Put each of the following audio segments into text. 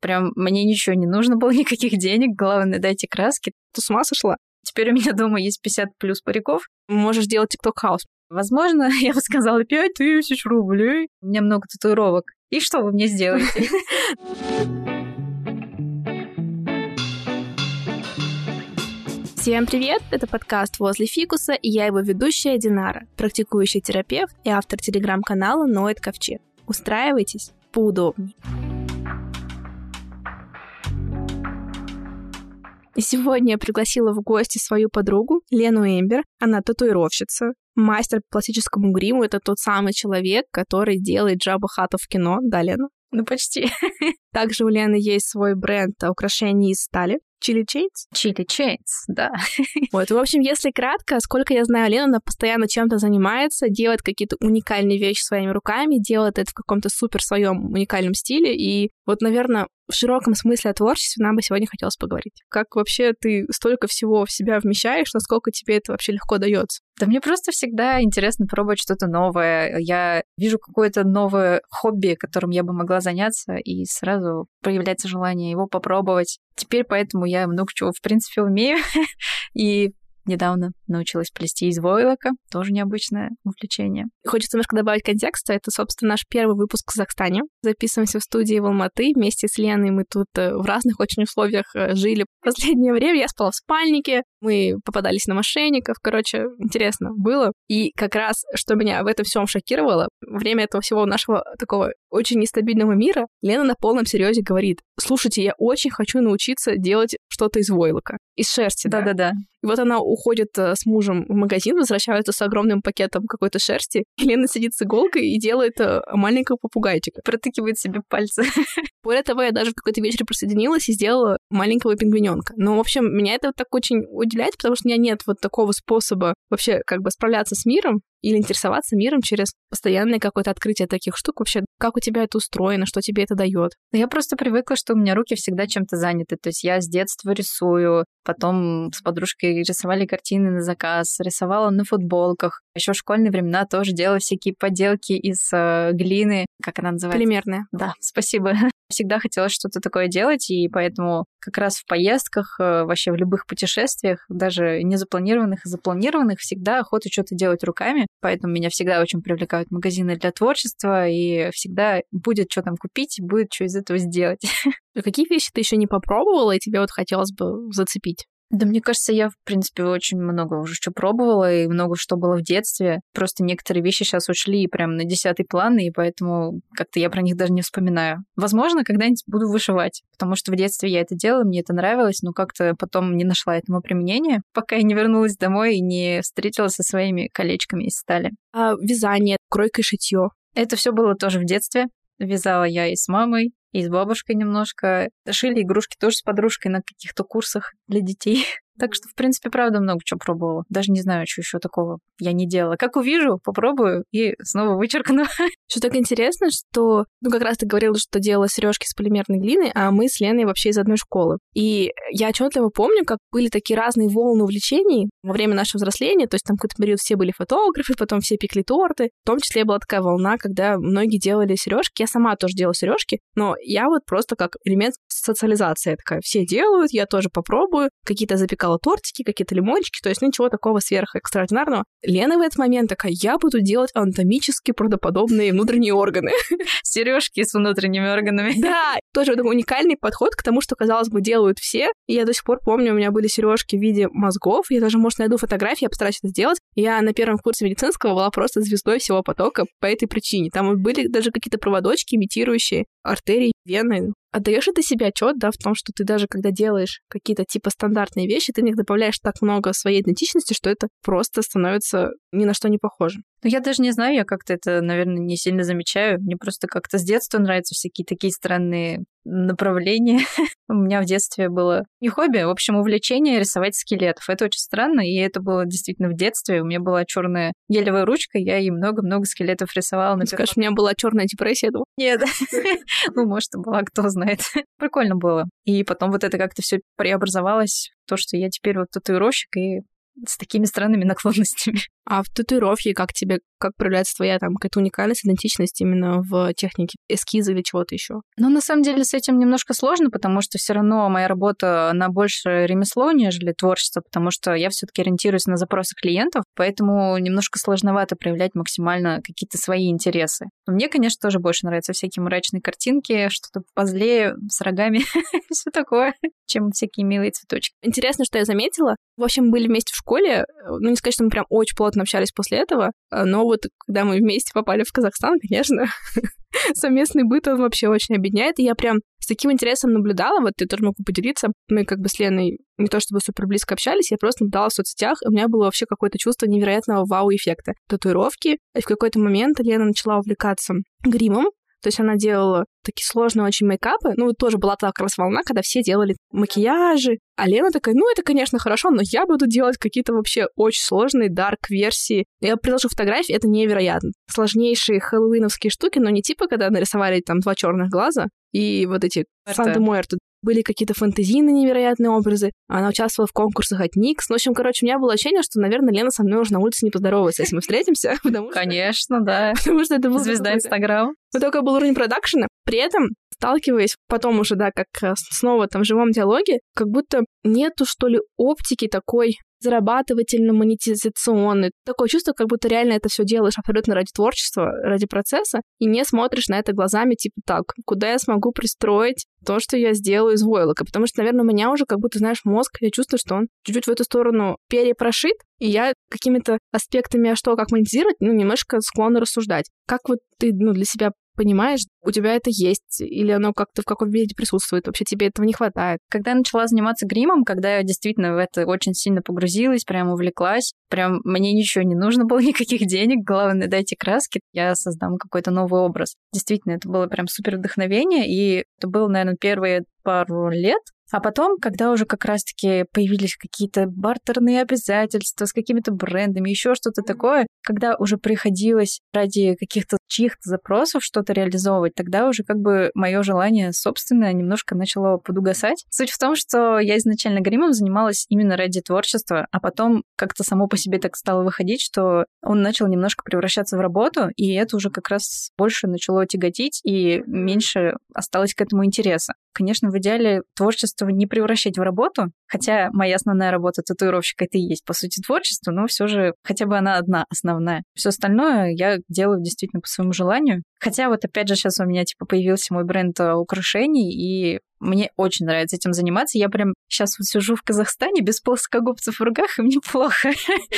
Прям мне ничего не нужно было, никаких денег. Главное, дайте краски. Ты с ума сошла? Теперь у меня дома есть 50 плюс париков. Можешь делать TikTok-хаус. Возможно, я бы сказала, 5000 рублей. У меня много татуировок. И что вы мне сделаете? Всем привет! Это подкаст «Возле фикуса», и я его ведущая Динара, практикующий терапевт и автор телеграм-канала «Ноет Ковчег». Устраивайтесь поудобнее. И сегодня я пригласила в гости свою подругу Лену Эмбер. Она татуировщица, мастер по пластическому гриму. Это тот самый человек, который делает Джабба Хатту в кино. Да, Лена? Ну, почти. Также у Лены есть свой бренд украшений из стали. Chili Chains? Chili Chains, да. Вот, в общем, если кратко, сколько я знаю Лену, она постоянно чем-то занимается, делает какие-то уникальные вещи своими руками, делает это в каком-то супер своем уникальном стиле, и вот, наверное, в широком смысле о творчестве нам бы сегодня хотелось поговорить. Как вообще ты столько всего в себя вмещаешь, насколько тебе это вообще легко дается? Да мне просто всегда интересно пробовать что-то новое. Я вижу какое-то новое хобби, которым я бы могла заняться, и сразу появляется желание его попробовать. Теперь поэтому я много чего, в принципе, умею. И недавно научилась плести из войлока. Тоже необычное увлечение. Хочется немножко добавить контекста. Это, собственно, наш первый выпуск в Казахстане. Записываемся в студии в Алматы. Вместе с Леной мы тут в разных очень условиях жили. В последнее время я спала в спальнике. Мы попадались на мошенников. Короче, интересно было. И как раз, что меня в этом всем шокировало, во время этого всего нашего такого очень нестабильного мира, Лена на полном серьезе говорит: слушайте, я очень хочу научиться делать что-то из войлока, из шерсти. Да-да-да. И вот она уходит с мужем в магазин, возвращаются с огромным пакетом какой-то шерсти, и Лена сидит с иголкой и делает маленького попугайчика. Протыкивает себе пальцы. Более того, я даже в какой-то вечер присоединилась и сделала маленького пингвиненка. Но, в общем, меня это вот так очень удивляет, потому что у меня нет вот такого способа вообще как бы справляться с миром или интересоваться миром через постоянное какое-то открытие таких штук. Вообще, как у тебя это устроено, что тебе это дает? Я просто привыкла, что у меня руки всегда чем-то заняты. То есть я с детства рисую, потом с подружкой рисовали картины на заказ, рисовала на футболках. Еще в школьные времена тоже делала всякие поделки из глины. Как она называется? Полимерная. Да, спасибо. Всегда хотела что-то такое делать, и поэтому как раз в поездках, вообще в любых путешествиях, даже не запланированных и запланированных, всегда охота что-то делать руками. Поэтому меня всегда очень привлекают магазины для творчества, и всегда будет что там купить, будет что из этого сделать. А какие вещи ты еще не попробовала, и тебе вот хотелось бы зацепить? Да, мне кажется, я, в принципе, очень много уже что пробовала, и много что было в детстве. Просто некоторые вещи сейчас ушли прям на 10-й план, и поэтому как-то я про них даже не вспоминаю. Возможно, когда-нибудь буду вышивать, потому что в детстве я это делала, мне это нравилось, но как-то потом не нашла этому применения, пока я не вернулась домой и не встретилась со своими колечками из стали. А вязание, кройка и шитьё? Это все было тоже в детстве. Вязала я и с мамой, и с бабушкой немножко. Шили игрушки тоже с подружкой на каких-то курсах для детей. Так что, в принципе, правда, много чего пробовала. Даже не знаю, что еще такого я не делала. Как увижу, попробую и снова вычеркну. Что так интересно, что, как раз ты говорила, что делала сережки с полимерной глины, а мы с Леной вообще из одной школы. И я отчетливо помню, как были такие разные волны увлечений во время нашего взросления. То есть там какой-то период все были фотографы, потом все пекли торты. В том числе была такая волна, когда многие делали сережки. Я сама тоже делала сережки, но я вот просто как элемент социализации. Я такая: все делают, я тоже попробую. Какие-то запекала тортики, какие-то лимончики, то есть ничего такого сверхэкстраординарного. Лена в этот момент такая: я буду делать анатомически правдоподобные внутренние органы. Сережки с внутренними органами. Да, тоже уникальный подход к тому, что, казалось бы, делают все. И я до сих пор помню, у меня были сережки в виде мозгов. Я даже, может, найду фотографии, я постараюсь это сделать. Я на первом курсе медицинского была просто звездой всего потока по этой причине. Там были даже какие-то проводочки, имитирующие артерии, вены. Отдаешь ты себе отчет, да, в том, что ты даже когда делаешь какие-то типа стандартные вещи, ты в них добавляешь так много своей идентичности, что это просто становится ни на что не похоже. Ну, я даже не знаю, я как-то это, наверное, не сильно замечаю. Мне просто как-то с детства нравятся всякие такие странные направления. У меня в детстве было не хобби, в общем, увлечение рисовать скелетов. Это очень странно, и это было действительно в детстве. У меня была черная гелевая ручка, я ей много-много скелетов рисовала. Скажешь, у меня была черная депрессия, думаю. Нет. Ну, может, и была, кто знает. Прикольно было. И потом вот это как-то все преобразовалось в то, что я теперь вот татуировщик, и с такими странными наклонностями. А в татуировке как тебе, как проявляется твоя там какая-то уникальность, идентичность именно в технике эскиза или чего-то еще? Ну, на самом деле, с этим немножко сложно, потому что все равно моя работа, она больше ремесло, нежели творчество, потому что я все-таки ориентируюсь на запросы клиентов, поэтому немножко сложновато проявлять максимально какие-то свои интересы. Но мне, конечно, тоже больше нравятся всякие мрачные картинки, что-то позлее, с рогами, все такое, чем всякие милые цветочки. Интересно, что я заметила. В общем, были вместе в школе. Ну, не сказать, что мы прям очень плотно общались после этого, но вот когда мы вместе попали в Казахстан, конечно, совместный быт, он вообще очень объединяет. И я прям с таким интересом наблюдала, вот я тоже могу поделиться. Мы как бы с Леной не то чтобы супер близко общались, я просто наблюдала в соцсетях, и у меня было вообще какое-то чувство невероятного вау-эффекта. Татуировки. И в какой-то момент Лена начала увлекаться гримом. То есть она делала такие сложные очень мейкапы. Ну, тоже была та как раз волна, когда все делали макияжи. А Лена такая, ну, это, конечно, хорошо, но я буду делать какие-то вообще очень сложные дарк-версии. Я приложу фотографии, это невероятно. Сложнейшие хэллоуиновские штуки, но не типа, когда нарисовали там 2 черных глаза и вот эти Санта-Муэрто. Были какие-то фэнтезийные невероятные образы. Она участвовала в конкурсах от Никс. Ну, в общем, короче, у меня было ощущение, что, наверное, Лена со мной уже на улице не поздоровается, если мы встретимся. Конечно, да. Потому что это был звезда Инстаграм. Но только был уровень продакшена. При этом, сталкиваясь потом уже, да, как снова там в живом диалоге, как будто нету, что ли, оптики такой зарабатывательно-монетизационный. Такое чувство, как будто реально это все делаешь абсолютно ради творчества, ради процесса, и не смотришь на это глазами, типа, так, куда я смогу пристроить то, что я сделаю из войлока. Потому что, наверное, у меня уже как будто, знаешь, мозг, я чувствую, что он чуть-чуть в эту сторону перепрошит, и я какими-то аспектами, что, как монетизировать, ну, немножко склонна рассуждать. Как вот ты, ну, для себя понимаешь, у тебя это есть, или оно как-то в каком виде присутствует, вообще тебе этого не хватает. Когда я начала заниматься гримом, когда я действительно в это очень сильно погрузилась, прям увлеклась, прям мне ничего не нужно было, никаких денег, главное, дайте краски, я создам какой-то новый образ. Действительно, это было прям супер вдохновение, и это было, наверное, первые пару лет. А потом, когда уже как раз-таки появились какие-то бартерные обязательства с какими-то брендами, еще что-то такое, когда уже приходилось ради каких-то чьих-то запросов что-то реализовывать, тогда уже как бы мое желание собственное немножко начало подугасать. Суть в том, что я изначально гримом занималась именно ради творчества, а потом как-то само по себе так стало выходить, что он начал немножко превращаться в работу, и это уже как раз больше начало тяготить, и меньше осталось к этому интереса. Конечно, в идеале творчество не превращать в работу, хотя моя основная работа татуировщика это и есть, по сути, творчество, но все же хотя бы она одна основная. Все остальное я делаю действительно по своему желанию. Хотя вот опять же сейчас у меня типа появился мой бренд украшений, и мне очень нравится этим заниматься. Я прям сейчас вот сижу в Казахстане без плоскогубцев в руках, и мне плохо.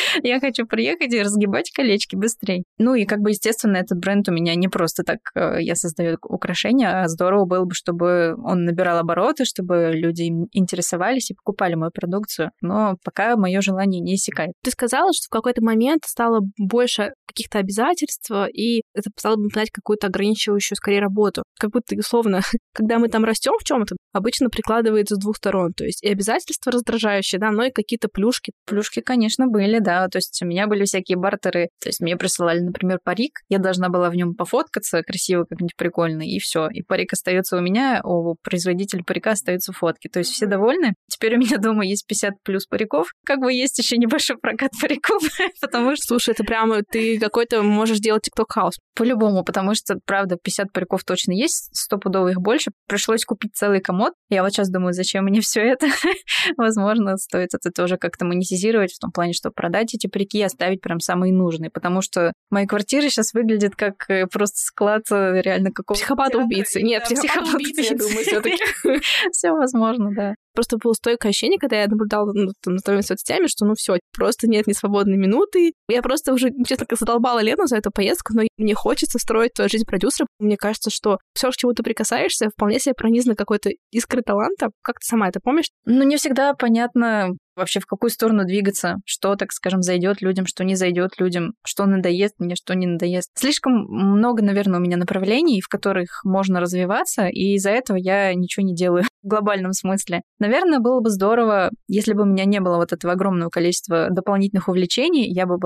Я хочу приехать и разгибать колечки быстрее. Ну и как бы, естественно, этот бренд у меня не просто так я создаю украшения, а здорово было бы, чтобы он набирал обороты, чтобы люди им интересовались и покупали мою продукцию. Но пока мое желание не иссякает. Ты сказала, что в какой-то момент стало больше каких-то обязательств, и это стало бы напоминать какую-то ограничивающую, скорее, работу. Как будто, условно, когда мы там растем в чем-то, обычно прикладывается с двух сторон. То есть и обязательства раздражающие, да, но и какие-то плюшки. Плюшки, конечно, были, да. То есть у меня были всякие бартеры. То есть мне присылали, например, парик. Я должна была в нем пофоткаться красиво, как-нибудь прикольно, и все. И парик остается у меня, у производителя парика остаются фотки. То есть все довольны. Теперь у меня дома есть 50 плюс париков. Как бы есть еще небольшой прокат париков, потому что... Слушай, это прямо ты какой-то можешь делать TikTok-хаус. По-любому, потому что, правда, 50 париков точно есть, стопудово их больше. Пришлось купить целый комод. Я вот сейчас думаю, зачем мне все это? Возможно, стоит это тоже как-то монетизировать в том плане, что продать эти парики и оставить прям самые нужные, потому что мои квартиры сейчас выглядят как просто склад реально какого-то... Психопата-убийцы. Нет, психопата-убийцы, я думаю, все-таки. Все возможно, да. Просто было стойкое ощущение, когда я наблюдала за твоими соцсетями, что ну все, просто нет ни свободной минуты. Я просто уже, честно, задолбала Лену за эту поездку, но мне хочется строить твою жизнь продюсера. Мне кажется, что все, к чему ты прикасаешься, вполне себе пронизано какой-то искрой таланта. Как ты сама это помнишь? Ну, не всегда понятно вообще в какую сторону двигаться, что, так скажем, зайдет людям, что не зайдет людям, что надоест мне, что не надоест. Слишком много, наверное, у меня направлений, в которых можно развиваться, и из-за этого я ничего не делаю в глобальном смысле. Наверное, было бы здорово, если бы у меня не было вот этого огромного количества дополнительных увлечений, я бы была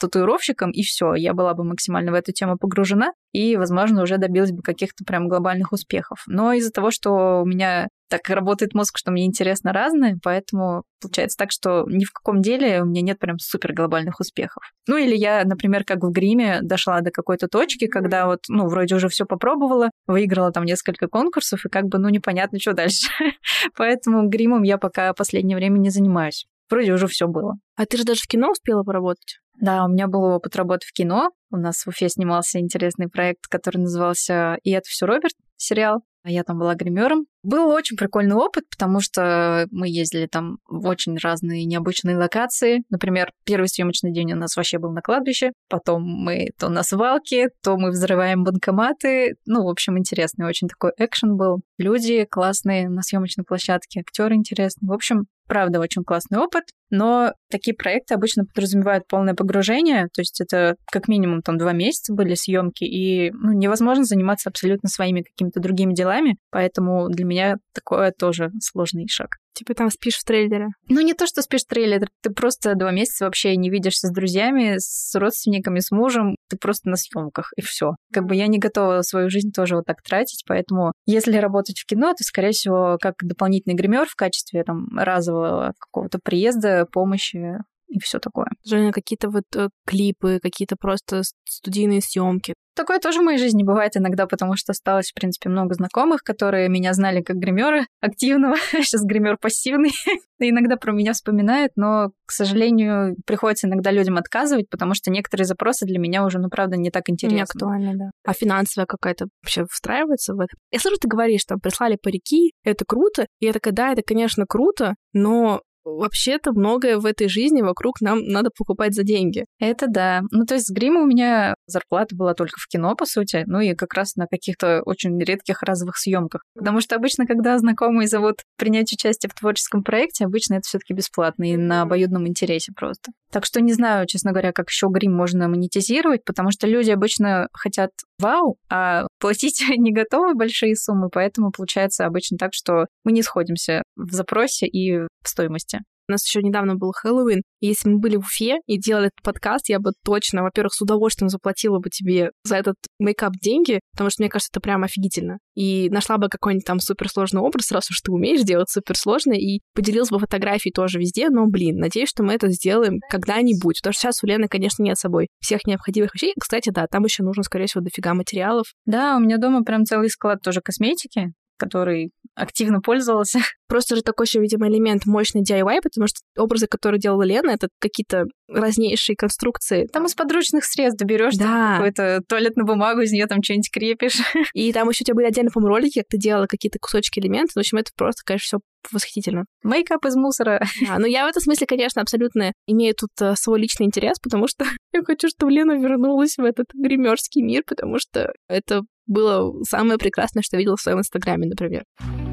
татуировщиком, и все, я была бы максимально в эту тему погружена и, возможно, уже добилась бы каких-то прям глобальных успехов. Но из-за того, что у меня так работает мозг, что мне интересно разное, поэтому получается так, что ни в каком деле у меня нет прям супер глобальных успехов. Ну или я, например, как в гриме дошла до какой-то точки, когда вот, ну, вроде уже все попробовала, выиграла там несколько конкурсов, и как бы, ну, непонятно, что дальше. Поэтому гримом я пока в последнее время не занимаюсь. Вроде уже все было. А ты же даже в кино успела поработать? Да, у меня был опыт работы в кино. У нас в Уфе снимался интересный проект, который назывался «И это все Роберт», сериал. А я там была гримером. Был очень прикольный опыт, потому что мы ездили там в очень разные необычные локации. Например, первый съемочный день у нас вообще был на кладбище. Потом мы то на свалке, то мы взрываем банкоматы. Ну, в общем, интересный очень такой экшен был. Люди классные на съемочной площадке, актеры интересные. В общем, правда, очень классный опыт. Но такие проекты обычно подразумевают полное погружение. То есть это как минимум там 2 месяца были съемки, и невозможно заниматься абсолютно своими какими-то другими делами. Поэтому для меня такое тоже сложный шаг. Типа там спишь в трейлере? Ну, не то, что спишь в трейлере. Ты просто 2 месяца вообще не видишься с друзьями, с родственниками, с мужем. Ты просто на съемках, и все. Как бы я не готова свою жизнь тоже вот так тратить, поэтому если работать в кино, то, скорее всего, как дополнительный гример в качестве там разового какого-то приезда, помощи и все такое. Женя, какие-то вот клипы, какие-то просто студийные съемки. Такое тоже в моей жизни бывает иногда, потому что осталось, в принципе, много знакомых, которые меня знали как гримера активного, сейчас гример пассивный, и иногда про меня вспоминают, но, к сожалению, приходится иногда людям отказывать, потому что некоторые запросы для меня уже, ну, правда, не так интересны. Не актуально, да. А финансовая какая-то вообще встраивается в это? Я слышу, ты говоришь, там, прислали парики, это круто, и я такая, да, это, конечно, круто, но вообще-то многое в этой жизни вокруг нам надо покупать за деньги. Это да. Ну, то есть с грима у меня зарплата была только в кино, по сути, ну и как раз на каких-то очень редких разовых съемках. Потому что обычно, когда знакомые зовут принять участие в творческом проекте, обычно это все-таки бесплатно и на обоюдном интересе просто. Так что не знаю, честно говоря, как еще грим можно монетизировать, потому что люди обычно хотят вау, а платить не готовы большие суммы, поэтому получается обычно так, что мы не сходимся в запросе и в стоимости. У нас еще недавно был Хэллоуин, и если мы были в Уфе и делали этот подкаст, я бы точно, во-первых, с удовольствием заплатила бы тебе за этот мейкап деньги, потому что мне кажется, это прям офигительно. И нашла бы какой-нибудь там суперсложный образ, раз уж ты умеешь делать суперсложный, и поделилась бы фотографией тоже везде, но, надеюсь, что мы это сделаем когда-нибудь, потому что сейчас у Лены, конечно, нет с собой всех необходимых вещей. Кстати, да, там еще нужно, скорее всего, дофига материалов. Да, у меня дома прям целый склад тоже косметики, который активно пользовался. Просто же такой еще, видимо, элемент мощный DIY, потому что образы, которые делала Лена, это какие-то разнейшие конструкции. Там из подручных средств берешь какую-то туалетную бумагу, из нее там что-нибудь крепишь. И там еще у тебя были отдельно, по-моему, ролики, как ты делала какие-то кусочки элементов. В общем, это просто, конечно, все восхитительно. Мейкап из мусора. Да, но я в этом смысле, конечно, абсолютно имею тут свой личный интерес, потому что я хочу, чтобы Лена вернулась в этот гримерский мир, потому что это было самое прекрасное, что я видела в своем инстаграме, например.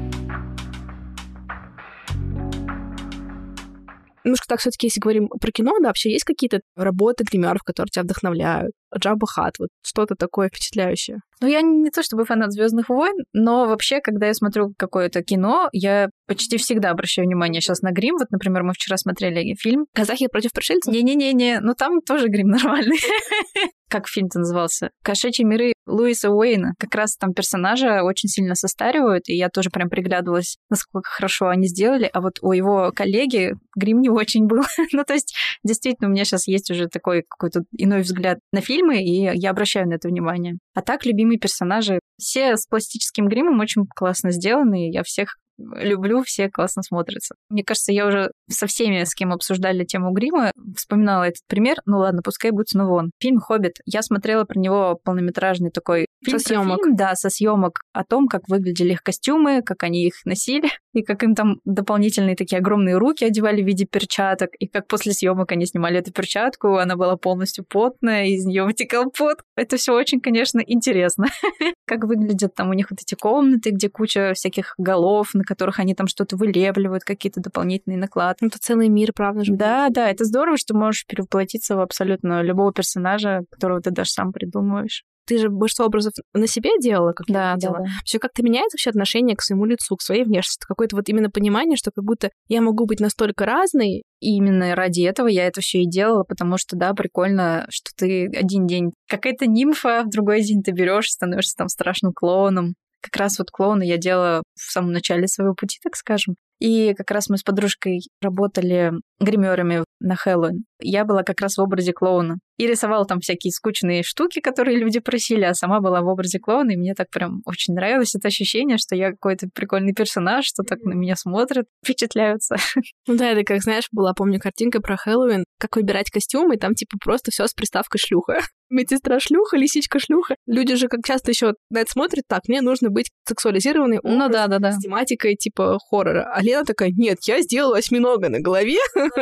Немножко так все-таки, если говорим про кино, да, вообще есть какие-то работы гримеров, которые тебя вдохновляют? Джабба Хат, вот что-то такое впечатляющее. Ну, я не то чтобы фанат «Звездных войн», но вообще, когда я смотрю какое-то кино, я почти всегда обращаю внимание сейчас на грим. Вот, например, мы вчера смотрели фильм «Казахи против пришельцев». Не-не-не, ну там тоже грим нормальный. Как фильм-то назывался? «Кошачьи миры» Луиса Уэйна. Как раз там персонажа очень сильно состаривают, и я тоже прям приглядывалась, насколько хорошо они сделали. А вот у его коллеги грим не очень был. Ну, то есть, действительно, у меня сейчас есть уже такой какой-то иной взгляд на фильмы, и я обращаю на это внимание. А так, любимые персонажи, все с пластическим гримом очень классно сделаны, и я всех люблю, все классно смотрятся. Мне кажется, я уже со всеми, с кем обсуждали тему грима, вспоминала этот пример. Ну ладно, пускай будет снова он. Фильм «Хоббит». Я смотрела про него полнометражный такой фильм. Со съемок. Да, со съемок о том, как выглядели их костюмы, как они их носили, и как им там дополнительные такие огромные руки одевали в виде перчаток, и как после съемок они снимали эту перчатку, она была полностью потная, из нее вытекал пот. Это все очень, конечно, интересно. Как выглядят там у них вот эти комнаты, где куча всяких голов, на которых они там что-то вылепливают, какие-то дополнительные накладки. Это целый мир, правда же? Да, это здорово, что можешь перевоплотиться в абсолютно любого персонажа, которого ты даже сам придумываешь. ты же большинство образов на себе делала, как я видела. Да. Все как-то меняется вообще отношение к своему лицу, к своей внешности. Какое-то вот именно понимание, что как будто я могу быть настолько разной. И именно ради этого я это все и делала, потому что, да, прикольно, что ты один день какая-то нимфа, в другой день ты берешь, становишься там страшным клоуном. Как раз вот клоуна я делала в самом начале своего пути, так скажем. И как раз мы с подружкой работали гримерами на Хэллоуин. Я была как раз в образе клоуна. И рисовала там всякие скучные штуки, которые люди просили, а сама была в образе клоуна, и мне так прям очень нравилось это ощущение, что я какой-то прикольный персонаж, что так на меня смотрят, впечатляются. Ну да, это как, знаешь, была, помню, картинка про Хэллоуин, как выбирать костюмы, и там типа просто все с приставкой шлюха. Медсестра шлюха, лисичка шлюха. Люди же как часто еще на это смотрят, так, мне нужно быть сексуализированной да. с тематикой типа хоррора. А Лена такая, нет, я сделала осьминога на голове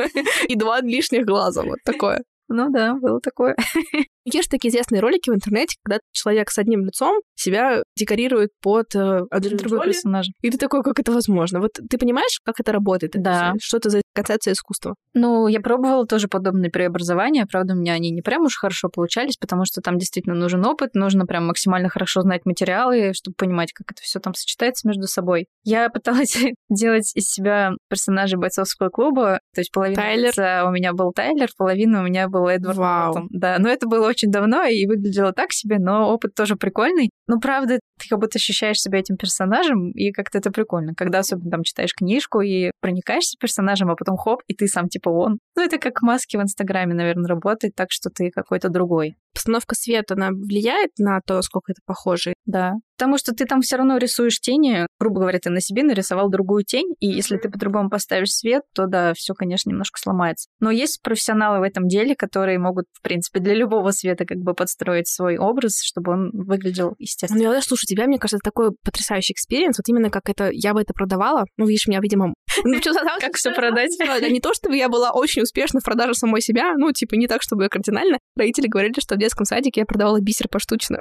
и 2 лишних глаза, вот такое. Ну да, было такое. Есть такие известные ролики в интернете, когда человек с одним лицом себя декорирует под другой персонаж. И ты такой, как это возможно? Вот ты понимаешь, как это работает? Да. Что это за концепция искусства? Ну, я пробовала тоже подобные преобразования. Правда, у меня они не прям уж хорошо получались, потому что там действительно нужен опыт, нужно прям максимально хорошо знать материалы, чтобы понимать, как это все там сочетается между собой. Я пыталась делать из себя персонажа бойцовского клуба, то есть половина лица у меня был Тайлер, половина у меня был Эдвард Нортон. Да, но это было очень давно и выглядело так себе, но опыт тоже прикольный. Ну, правда, ты как будто ощущаешь себя этим персонажем, и как-то это прикольно. Когда особенно там читаешь книжку и проникаешься персонажем, а потом хоп, и ты сам типа он. Ну, это как маски в Инстаграме, наверное, работает так, что ты какой-то другой. Постановка света, она влияет на то, сколько это похоже? Да. Потому что ты там все равно рисуешь тени, грубо говоря, ты на себе нарисовал другую тень, и если ты по-другому поставишь свет, то да, все, конечно, немножко сломается. Но есть профессионалы в этом деле, которые могут, в принципе, для любого света как бы подстроить свой образ, чтобы он выглядел естественно. Ну, я слушай, тебя, мне кажется, такой потрясающий экспириенс, вот именно как это, я бы это продавала. Ну, видишь, меня, видимо... Как все продать? Не то, чтобы я была очень успешна в продаже самой себя, ну, типа, не так, чтобы кардинально. Родители говорили, что в детском садике я продавала бисер поштучно.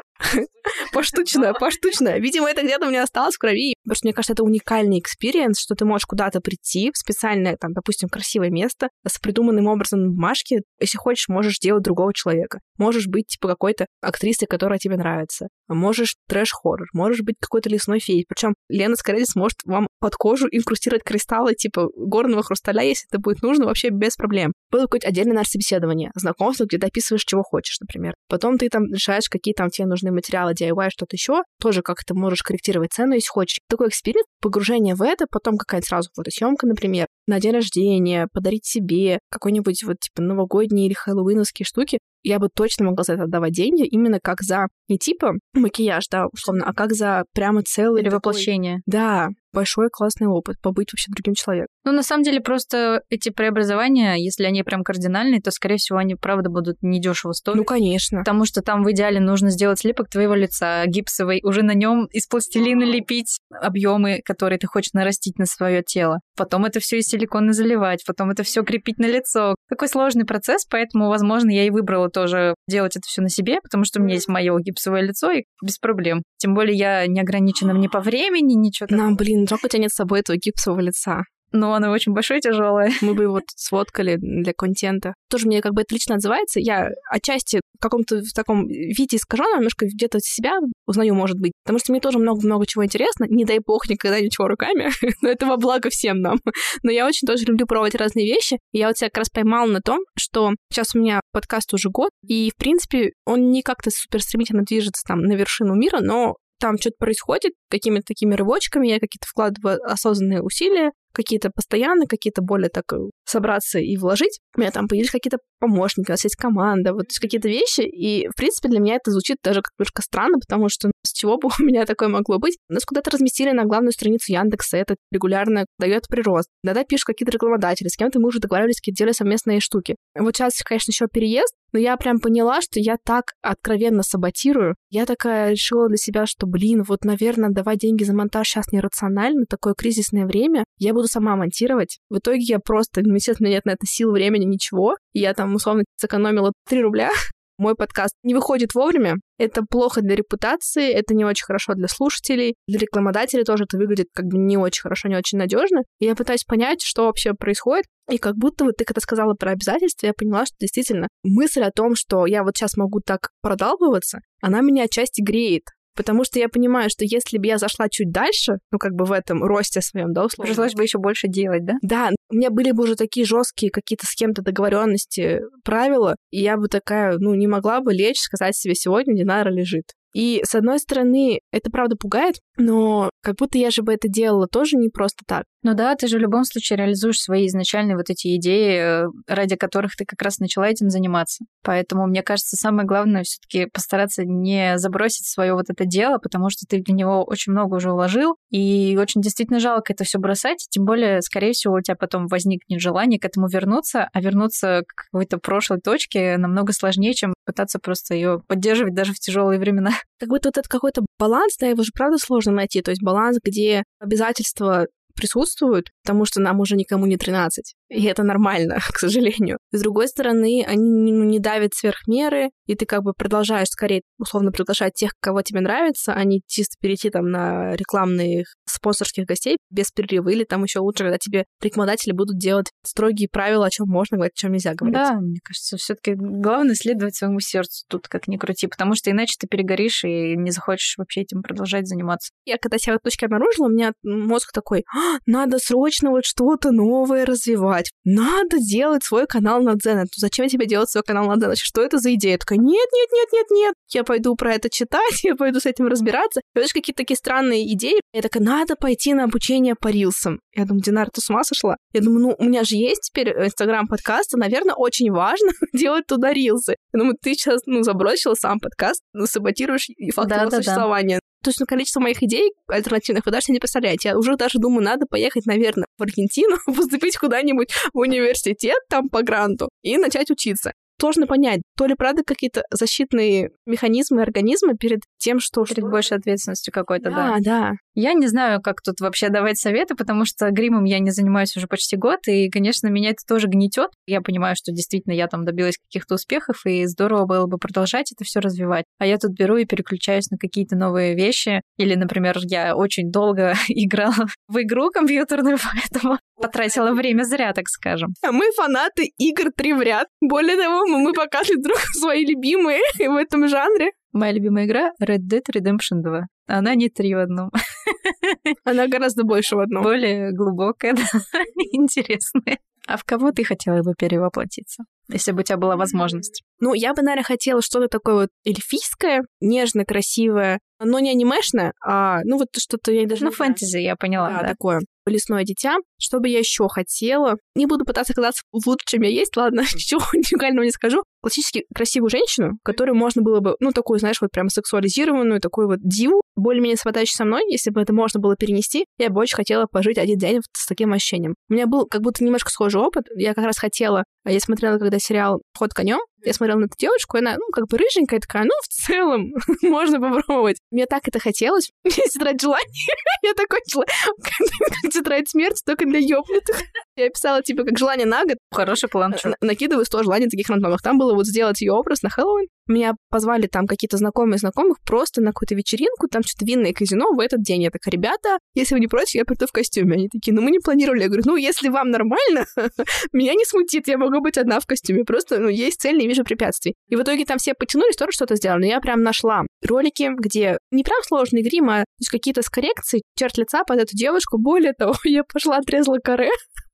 Поштучно. Видимо, это где-то у меня осталось в крови. Потому что, мне кажется, это уникальный экспириенс, что ты можешь куда-то прийти в специальное, там, допустим, красивое место с придуманным образом бумажки. Если хочешь, можешь делать другого человека. Можешь быть, типа, какой-то актрисой, которая тебе нравится. Можешь трэш-хоррор. Можешь быть какой-то лесной феей. Причем Лена скорее сможет вам под кожу инкрустировать кристаллы, типа, горного хрусталя, если это будет нужно, вообще без проблем. Было какое-то отдельное наше собеседование, знакомство, где ты описываешь, чего хочешь, например. Потом ты там решаешь, какие там тебе нужны материалы, DIY, что-то еще. Тоже как-то можешь корректировать цену, если хочешь. Такой экспириенс, погружение в это, потом какая-то сразу фотосъемка, например, на день рождения, подарить себе какой-нибудь вот типа новогодние или хэллоуиновские штуки. Я бы точно могла за это отдавать деньги, именно как за не типа макияж, да, условно, а как за прямо целый... Или воплощение. Да, большой классный опыт, побыть вообще другим человеком. Ну, на самом деле, просто эти преобразования, если они прям кардинальные, то, скорее всего, они, правда, будут недешево стоить. Ну, конечно. Потому что там в идеале нужно сделать слепок твоего лица гипсовый, уже на нем из пластилина лепить объемы, которые ты хочешь нарастить на свое тело. Потом это все из силикона заливать, потом это все крепить на лицо. Такой сложный процесс, поэтому, возможно, я и выбрала тоже делать это все на себе, потому что у меня есть мое гипсовое лицо, и без проблем. Тем более я не ограничена ни по времени, ничего такого. Блин, жалко, у тебя нет с собой этого гипсового лица. Но оно очень большое и тяжелое. Мы бы его сфоткали для контента. Тоже мне как бы это лично отзывается. Я отчасти в каком-то в таком виде искажённом, немножко где-то себя узнаю, может быть. Потому что мне тоже много чего интересно. Не дай бог никогда ничего руками. Но это во благо всем нам. Но я очень тоже люблю пробовать разные вещи. И я вот себя как раз поймала на том, что сейчас у меня подкаст уже год, и, в принципе, он не как-то супер стремительно движется там на вершину мира, но там что-то происходит какими-то такими рывочками, я какие-то вкладываю осознанные усилия, какие-то постоянно, какие-то более так собраться и вложить. У меня там появились какие-то помощники, у нас есть команда, вот какие-то вещи, и, в принципе, для меня это звучит даже как немножко странно, потому что с чего бы у меня такое могло быть? Нас куда-то разместили на главную страницу Яндекса, это регулярно дает прирост. Иногда пишут какие-то рекламодатели, с кем-то мы уже договаривались, какие-то делали совместные штуки. Вот сейчас, конечно, еще переезд, но я прям поняла, что я так откровенно саботирую. Я такая решила для себя, что, вот, наверное, давать деньги за монтаж сейчас нерационально, такое кризисное время. Я буду сама монтировать. В итоге я просто, естественно, нет на это сил, времени, ничего. И я там, условно, сэкономила 3 рубля мой подкаст не выходит вовремя. Это плохо для репутации, это не очень хорошо для слушателей, для рекламодателей тоже это выглядит как бы не очень хорошо, не очень надежно. И я пытаюсь понять, что вообще происходит. И как будто вот ты когда сказала про обязательства, я поняла, что действительно мысль о том, что я вот сейчас могу так продалбываться, она меня отчасти греет. Потому что я понимаю, что если бы я зашла чуть дальше, ну, как бы в этом росте своем, да, условно. Пришлось бы еще больше делать, да? Да, у меня были бы уже такие жесткие какие-то с кем-то договоренности, правила, и я бы такая, ну, не могла бы лечь, сказать себе, сегодня Динара лежит. И, с одной стороны, это правда пугает, но как будто я же бы это делала тоже не просто так. Ну да, ты же в любом случае реализуешь свои изначальные вот эти идеи, ради которых ты как раз начала этим заниматься. Поэтому, мне кажется, самое главное все-таки постараться не забросить свое вот это дело, потому что ты в него очень много уже вложил, и очень действительно жалко это все бросать, тем более, скорее всего, у тебя потом возникнет желание к этому вернуться, а вернуться к какой-то прошлой точке намного сложнее, чем пытаться просто ее поддерживать даже в тяжелые времена. Как будто вот этот какой-то баланс, да, его же правда сложно найти, то есть баланс, где обязательства присутствуют, потому что нам уже никому не 13. И это нормально, к сожалению. С другой стороны, они не давят сверх меры, и ты как бы продолжаешь скорее условно приглашать тех, кого тебе нравится, а не чисто перейти там на рекламных спонсорских гостей без перерыва. Или там еще лучше, когда тебе рекламодатели будут делать строгие правила, о чем можно говорить, о чем нельзя говорить. Да, мне кажется, все-таки главное следовать своему сердцу тут, как ни крути, потому что иначе ты перегоришь и не захочешь вообще этим продолжать заниматься. Я когда себя в этой точке обнаружила, у меня мозг такой: надо срочно вот что-то новое развивать. Надо делать свой канал на Дзен. Зачем тебе делать свой канал на Дзен? Что это за идея? Я такая: нет. Я пойду про это читать, я пойду с этим разбираться. И вот какие-то такие странные идеи. Я такая: надо пойти на обучение по рилсам. Я думаю: Динара, ты с ума сошла? Я думаю, ну, у меня же есть теперь инстаграм-подкаст, наверное, очень важно делать туда рилсы. Я думаю, ты сейчас, забросила сам подкаст, саботируешь и факт его существования. То есть, количество моих идей альтернативных вы даже не представляете. Я уже даже думаю, надо поехать, наверное, в Аргентину, поступить куда-нибудь в университет там по гранту и начать учиться. Сложно понять, то ли правда какие-то защитные механизмы организма перед тем, что... Перед большей ответственностью какой-то, да. Да. Я не знаю, как тут вообще давать советы, потому что гримом я не занимаюсь уже почти год, и, конечно, меня это тоже гнетет. Я понимаю, что действительно я там добилась каких-то успехов, и здорово было бы продолжать это все развивать. А я тут беру и переключаюсь на какие-то новые вещи. Или, например, я очень долго играла в игру компьютерную, поэтому потратила время зря, так скажем. А мы фанаты игр 3 в ряд. Более того, мы показывали друг свои любимые в этом жанре. Моя любимая игра — Red Dead Redemption 2. Она не 3 в одном. Она гораздо больше в одном. Более глубокая, да, интересная. А в кого ты хотела бы перевоплотиться, если бы у тебя была возможность? Ну, я бы, наверное, хотела что-то такое вот эльфийское, нежно, красивое, но не анимешное, а, вот что-то я даже... фэнтези, я поняла, да. Такое. Лесное дитя. Что бы я еще хотела? Не буду пытаться казаться лучше, чем я есть, ладно, ничего уникального не скажу. Классически красивую женщину, которую можно было бы, такую, знаешь, вот прям сексуализированную, такую вот диву, более-менее совпадающую со мной, если бы это можно было перенести, я бы очень хотела пожить один день с таким ощущением. У меня был как будто немножко схожий опыт. Я как раз хотела, я смотрела, когда сериал «Ход конем», я смотрела на эту девочку, и она, как бы рыженькая, такая, в целом, можно попробовать. Мне так это хотелось. Тетрадь желаний. Я такой человек, как тетрадь смерти, только для ёбнутых. Я писала, как желание на год. Хороший план. Накидываю 100 желаний таких рандомных. Там было вот сделать ее образ на Хэллоуин. Меня позвали там какие-то знакомых просто на какую-то вечеринку, там что-то винное казино в этот день. Я такая: ребята, если вы не против, я приду в костюме. Они такие: мы не планировали. Я говорю: если вам нормально, меня не смутит, я могу быть одна в костюме. Просто, есть цель, не вижу препятствий. И в итоге там все потянулись, тоже что-то сделали. Но я прям нашла ролики, где не прям сложный грим, а какие-то с коррекцией черт лица под эту девушку. Более того, я пошла, отрезала каре.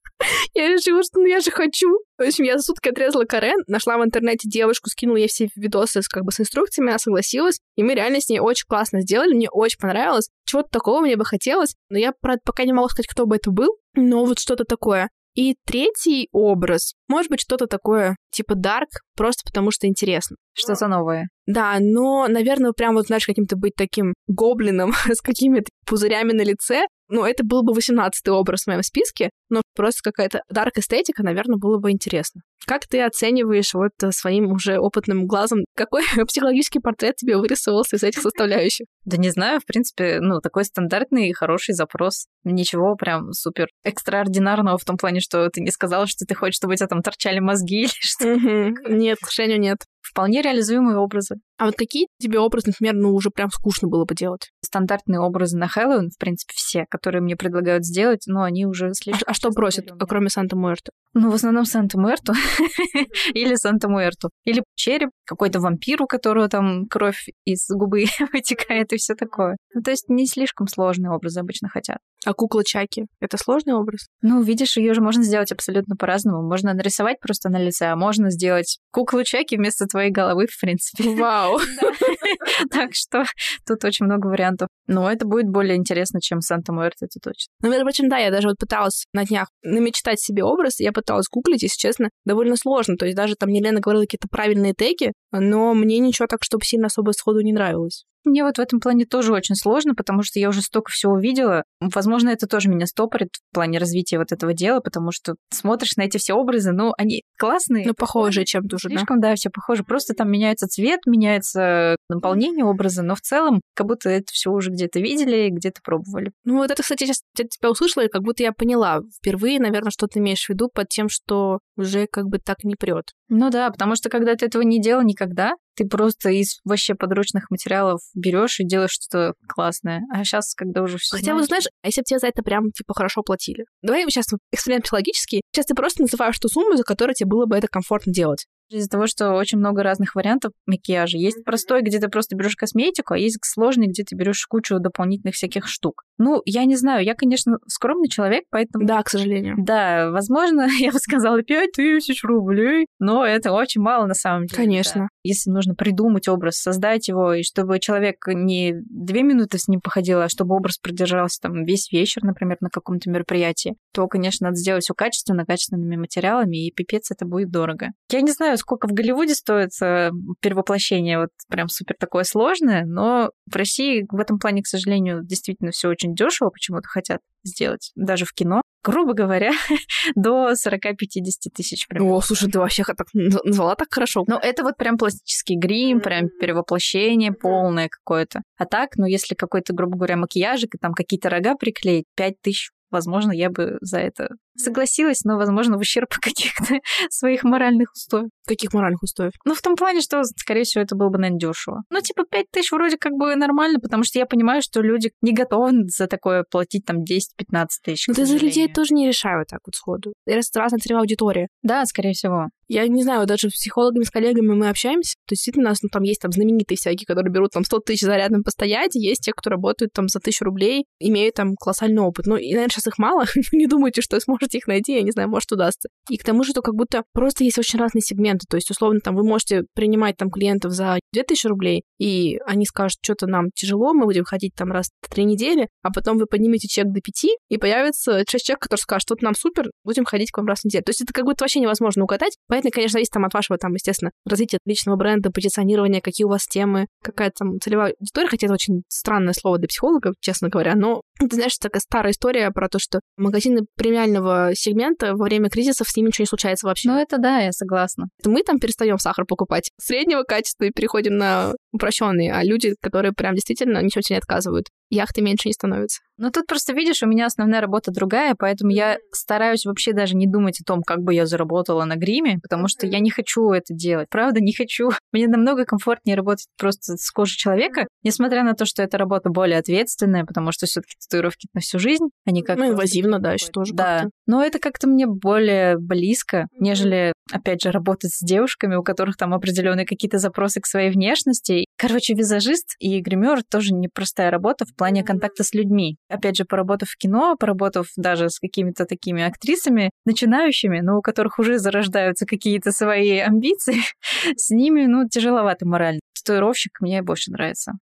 Я решила, что я же хочу. В общем, я за сутки отрезала каре, нашла в интернете девушку, скинула ей все видосы с инструкциями, она согласилась, и мы реально с ней очень классно сделали, мне очень понравилось. Чего-то такого мне бы хотелось, но я, правда, пока не могу сказать, кто бы это был, но вот что-то такое. И третий образ, может быть, что-то такое типа Dark, просто потому что интересно. Что-то новое. Да, но, наверное, прям знаешь, каким-то быть таким гоблином с какими-то пузырями на лице. Это был бы 18-й образ в моем списке, но просто какая-то дарк-эстетика, наверное, было бы интересно. Как ты оцениваешь своим уже опытным глазом, какой психологический портрет тебе вырисовался из этих составляющих? Да не знаю, в принципе, такой стандартный и хороший запрос. Ничего прям супер экстраординарного в том плане, что ты не сказала, что ты хочешь, чтобы у тебя там торчали мозги или что-то. Нет, к сожалению, нет. В вполне реализуемые образы. А вот какие тебе образы, например, уже прям скучно было бы делать? Стандартные образы на Хэллоуин, в принципе, все, которые мне предлагают сделать, но они уже слишком... А что просят, кроме Санта-Муэрто? Ну, в основном Санта-Муэрту или Санта-Муэрту. Или череп, какой-то вампир, у которого там кровь из губы вытекает и все такое. Ну, то есть не слишком сложные образы обычно хотят. А кукла Чаки — это сложный образ? Ну, видишь, ее же можно сделать абсолютно по-разному. Можно нарисовать просто на лице, а можно сделать куклу Чаки вместо твоей головы, в принципе. Вау! Так что тут очень много вариантов. Но это будет более интересно, чем Санта-Муэрто, это точно. Ну, между прочим, да, я даже вот пыталась на днях намечтать себе образ, я пыталась гуглить, если честно, довольно сложно. То есть даже там Елена говорила какие-то правильные теги, но мне ничего так, чтобы сильно особо сходу не нравилось. Мне вот в этом плане тоже очень сложно, потому что я уже столько всего увидела. Возможно, это тоже меня стопорит в плане развития вот этого дела, потому что смотришь на эти все образы, ну, они классные. Ну, похожие чем-то уже, да? Слишком, да, все похоже. Просто там меняется цвет, меняется наполнение образа, но в целом как будто это все уже где-то видели и где-то пробовали. Ну, вот это, кстати, сейчас я тебя услышала, и как будто я поняла. Впервые, наверное, что ты имеешь в виду под тем, что уже как бы так не прет. Ну да, потому что когда ты этого не делал никогда, ты просто из вообще подручных материалов берешь и делаешь что-то классное. А сейчас, когда уже все. Хотя, вот знаешь, а если бы тебе за это прям типа хорошо платили? Давай сейчас эксперимент психологический. Сейчас ты просто называешь ту сумму, за которую тебе было бы это комфортно делать. Из-за того, что очень много разных вариантов макияжа. Есть простой, где ты просто берешь косметику, а есть сложный, где ты берешь кучу дополнительных всяких штук. Ну, я не знаю, я, конечно, скромный человек, поэтому... Да, к сожалению. Да, возможно, я бы сказала 5000 рублей, но это очень мало на самом деле. Конечно. Да. Если нужно придумать образ, создать его, и чтобы человек не 2 минуты с ним походил, а чтобы образ продержался там весь вечер, например, на каком-то мероприятии, то, конечно, надо сделать все качественно, качественными материалами, и пипец, это будет дорого. Я не знаю, сколько в Голливуде стоит перевоплощение, вот прям супер такое сложное, но в России в этом плане, к сожалению, действительно все очень дешево, почему-то хотят сделать, даже в кино. Грубо говоря, до 40-50 тысяч. О, слушай, ты вообще так назвала так хорошо. Ну, это вот прям пластический грим, прям перевоплощение полное какое-то. А так, ну, если какой-то, грубо говоря, макияжик и там какие-то рога приклеить, 5000, возможно, я бы за это согласилась, но, возможно, в ущерб каких-то своих моральных устоев. Каких моральных устоев? Ну, в том плане, что, скорее всего, это было бы, наверное, дешево. Ну, типа, 5000 вроде как бы нормально, потому что я понимаю, что люди не готовы за такое платить там 10-15 тысяч. Ну, ты за людей тоже не решаю так вот сходу. Разная целевая аудитория. Да, скорее всего. Я не знаю, даже с психологами, с коллегами мы общаемся. То есть, действительно, у нас там есть там знаменитые всякие, которые берут там 100 тысяч за рядом постоять, и есть те, кто работают там за 1000 рублей, имеют там колоссальный опыт. Ну, и, наверное, сейчас их мало. Не думайте, что сможете их найти, я не знаю, может, удастся. И к тому же, то как будто просто есть очень разные сегменты. То есть, условно, там вы можете принимать там клиентов за 2000 рублей, и они скажут, что-то нам тяжело, мы будем ходить там раз в 3 недели, а потом вы поднимете чек до 5, и появится 6 человек, который скажет, что нам супер, будем ходить к вам раз в неделю. То есть это как будто вообще невозможно угадать. Поэтому, конечно, зависит там от вашего, там, естественно, развития личного бренда, позиционирования, какие у вас темы, какая там целевая аудитория, хотя это очень странное слово для психологов, честно говоря, но ты знаешь, такая старая история про то, что магазины премиального сегмента во время кризисов с ними ничего не случается вообще. Ну, это да, я согласна. Мы там перестаем сахар покупать среднего качества и переходим на упрощенный, а люди, которые прям действительно ничего себе не отказывают, яхты меньше не становятся. Ну, тут просто, видишь, у меня основная работа другая, поэтому я стараюсь вообще даже не думать о том, как бы я заработала на гриме, потому что я не хочу это делать. Правда, не хочу. Мне намного комфортнее работать просто с кожей человека, несмотря на то, что эта работа более ответственная, потому что все-таки татуировки на всю жизнь, они как... Ну, инвазивно, да, еще тоже да. как-то. Но это как-то мне более близко, нежели, опять же, работать с девушками, у которых там определенные какие-то запросы к своей внешности. Короче, визажист и гример тоже непростая работа в плане контакта с людьми. Опять же, поработав в кино, поработав даже с какими-то такими актрисами, начинающими, но у которых уже зарождаются какие-то свои амбиции, с ними, ну, тяжеловато морально. Татуировщик мне больше нравится.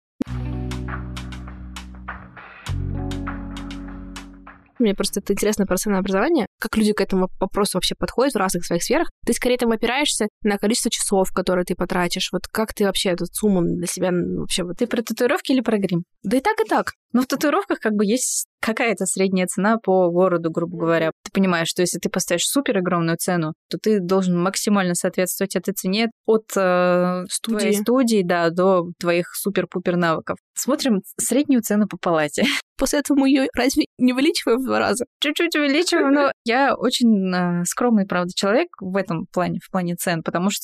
Мне просто это интересно про ценное образование, как люди к этому вопросу вообще подходят в разных своих сферах. Ты скорее там опираешься на количество часов, которые ты потратишь. Вот как ты вообще эту сумму для себя вообще... Вот... Ты про татуировки или про грим? Да и так, и так. Но в татуировках как бы есть какая-то средняя цена по городу, грубо говоря. Ты понимаешь, что если ты поставишь супер огромную цену, то ты должен максимально соответствовать этой цене от твоей студии, да, до твоих супер-пупер навыков. Смотрим среднюю цену по палате. После этого мы ее разве не увеличиваем в 2 раза? Чуть-чуть увеличиваем, но я очень скромный, правда, человек в этом плане, в плане цен, потому что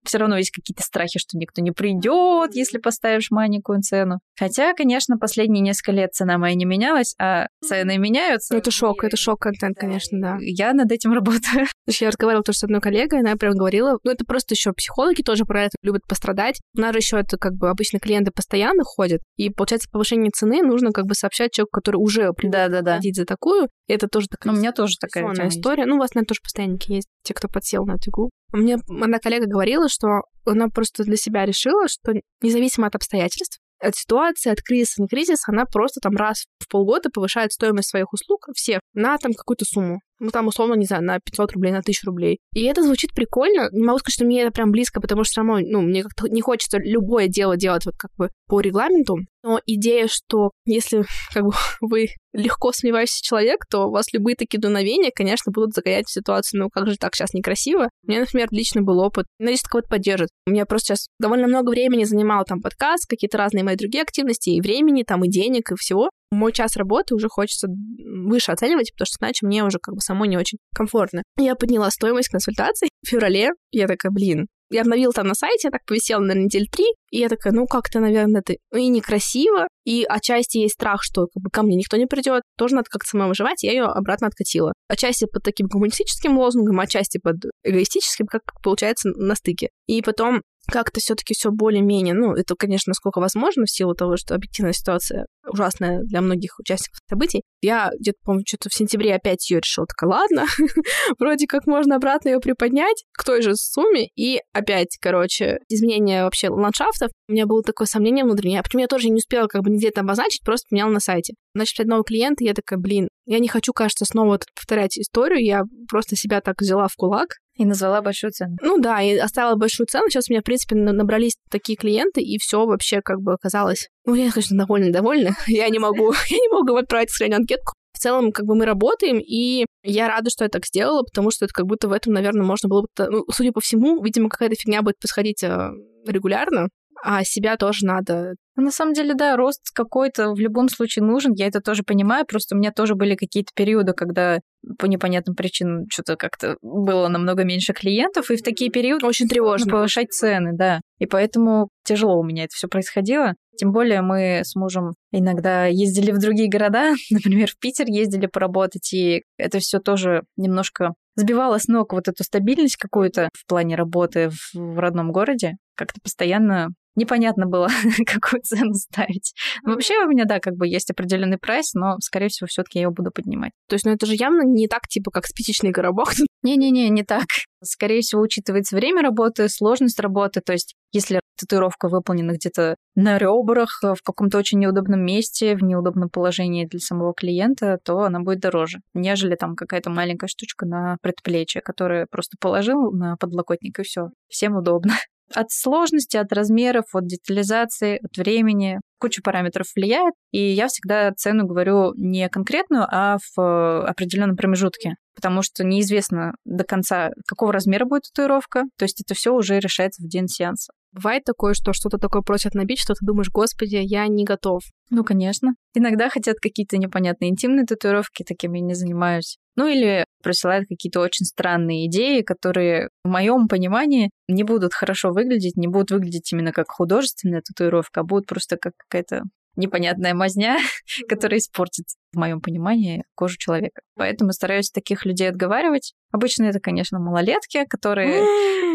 Все равно есть какие-то страхи, что никто не придет, если поставишь маленькую цену. Хотя, конечно, последние несколько лет цена моя не менялась, а цены меняются. Это шок-контент, конечно, да. Я над этим работаю. Я разговаривала тоже с одной коллегой, она прям говорила, это просто еще психологи тоже про это любят пострадать. У нас же еще это как бы обычно клиенты постоянно ходят, и получается повышение цены нужно как бы сообщать человеку, который уже платить за такую. И это тоже такая у меня тоже такая история. У вас, наверное, тоже постоянники есть, те, кто подсел на эту иглу. Мне одна коллега говорила, что она просто для себя решила, что независимо от обстоятельств, от ситуации, от кризиса, не кризиса, она просто там раз в полгода повышает стоимость своих услуг всех на там какую-то сумму. Там, условно, не знаю, на 500 рублей, на 1000 рублей. И это звучит прикольно. Не могу сказать, что мне это прям близко, потому что все равно, мне как-то не хочется любое дело делать вот как бы по регламенту. Но идея, что если как бы вы легко сомневающийся человек, то у вас любые такие дуновения, конечно, будут загонять в ситуацию, как же так сейчас некрасиво. У меня, например, лично был опыт. Надеюсь, кого-то поддержит. У меня просто сейчас довольно много времени занимал там подкаст, какие-то разные мои другие активности, и времени, там, и денег, и всего. Мой час работы уже хочется выше оценивать, потому что иначе мне уже как бы самой не очень комфортно. Я подняла стоимость консультаций в феврале. Я такая, я обновила там на сайте, я так повисела, наверное, недели 3, и я такая, как-то, наверное, это и некрасиво, и отчасти есть страх, что как бы ко мне никто не придет, тоже надо как-то самой выживать, я ее обратно откатила. Отчасти под таким гуманистическим лозунгом, отчасти под эгоистическим, как получается на стыке. И потом как-то все-таки все более-менее, это, конечно, насколько возможно, в силу того, что объективная ситуация ужасная для многих участников событий. Я где-то, помню, что-то в сентябре опять ее решила, такая, ладно, вроде как можно обратно ее приподнять к той же сумме, и опять, изменение вообще ландшафтов. У меня было такое сомнение внутреннее, а почему я тоже не успела как бы нигде это обозначить, просто поменяла на сайте. Значит, опять новый клиент, и я такая, я не хочу, кажется, снова повторять историю, я просто себя так взяла в кулак. И назвала большую цену. И оставила большую цену. Сейчас у меня, в принципе, набрались такие клиенты, и все вообще как бы оказалось... я, конечно, довольна. Я не могу отправить, к сожалению, анкетку. В целом, как бы мы работаем, и я рада, что я так сделала, потому что это как будто в этом, наверное, можно было бы... судя по всему, видимо, какая-то фигня будет происходить регулярно, а себя тоже надо... На самом деле, да, рост какой-то в любом случае нужен, я это тоже понимаю, просто у меня тоже были какие-то периоды, когда по непонятным причинам что-то как-то было намного меньше клиентов, и в такие периоды очень тревожно повышать цены, да. И поэтому тяжело у меня это все происходило. Тем более мы с мужем иногда ездили в другие города, например, в Питер ездили поработать, и это все тоже немножко сбивало с ног вот эту стабильность какую-то в плане работы в родном городе. Как-то постоянно непонятно было, какую цену ставить. Вообще у меня, да, как бы есть определенный прайс, но, скорее всего, все-таки я его буду поднимать. То есть, это же явно не так, как спичечный коробок. Не-не-не, не так. Скорее всего, учитывается время работы, сложность работы. То есть, если татуировка выполнена где-то на ребрах, в каком-то очень неудобном месте, в неудобном положении для самого клиента, то она будет дороже, нежели там какая-то маленькая штучка на предплечье, которую просто положил на подлокотник, и все. Всем удобно. От сложности, от размеров, от детализации, от времени. Куча параметров влияет. И я всегда цену говорю не конкретную, а в определенном промежутке. Потому что неизвестно до конца, какого размера будет татуировка. То есть это все уже решается в день сеанса. Бывает такое, что что-то такое просят набить, что ты думаешь, господи, я не готов. Конечно. Иногда хотят какие-то непонятные интимные татуировки, такими я не занимаюсь. Или присылают какие-то очень странные идеи, которые, в моем понимании, не будут хорошо выглядеть, не будут выглядеть именно как художественная татуировка, а будут просто как какая-то непонятная мазня, которая испортит, в моем понимании, кожу человека. Поэтому стараюсь таких людей отговаривать. Обычно это, конечно, малолетки, которые,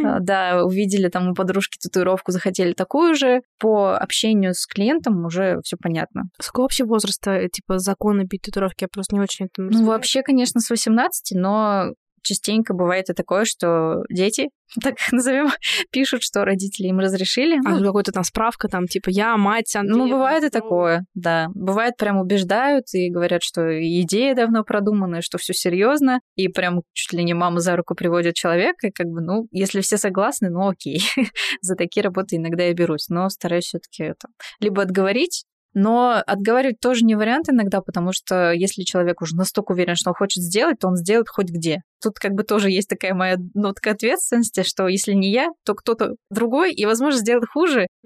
да, увидели там у подружки татуировку, захотели такую же. По общению с клиентом уже все понятно. С какого вообще возраста, законы бить татуировки? Я просто не очень это... Вообще, конечно, с 18, но частенько бывает и такое, что дети, так их назовем, пишут, что родители им разрешили. Какой-то там справка, я, мать, Андрей. Бывает и такое, да. Бывает, прям убеждают и говорят, что идея давно продумана, что все серьезно, и прям чуть ли не мама за руку приводит человека, и если все согласны, окей. За такие работы иногда я берусь, но стараюсь все-таки либо отговорить. Но отговаривать тоже не вариант иногда, потому что если человек уже настолько уверен, что он хочет сделать, то он сделает хоть где. Тут тоже есть такая моя нотка ответственности, что если не я, то кто-то другой, и, возможно, сделает хуже,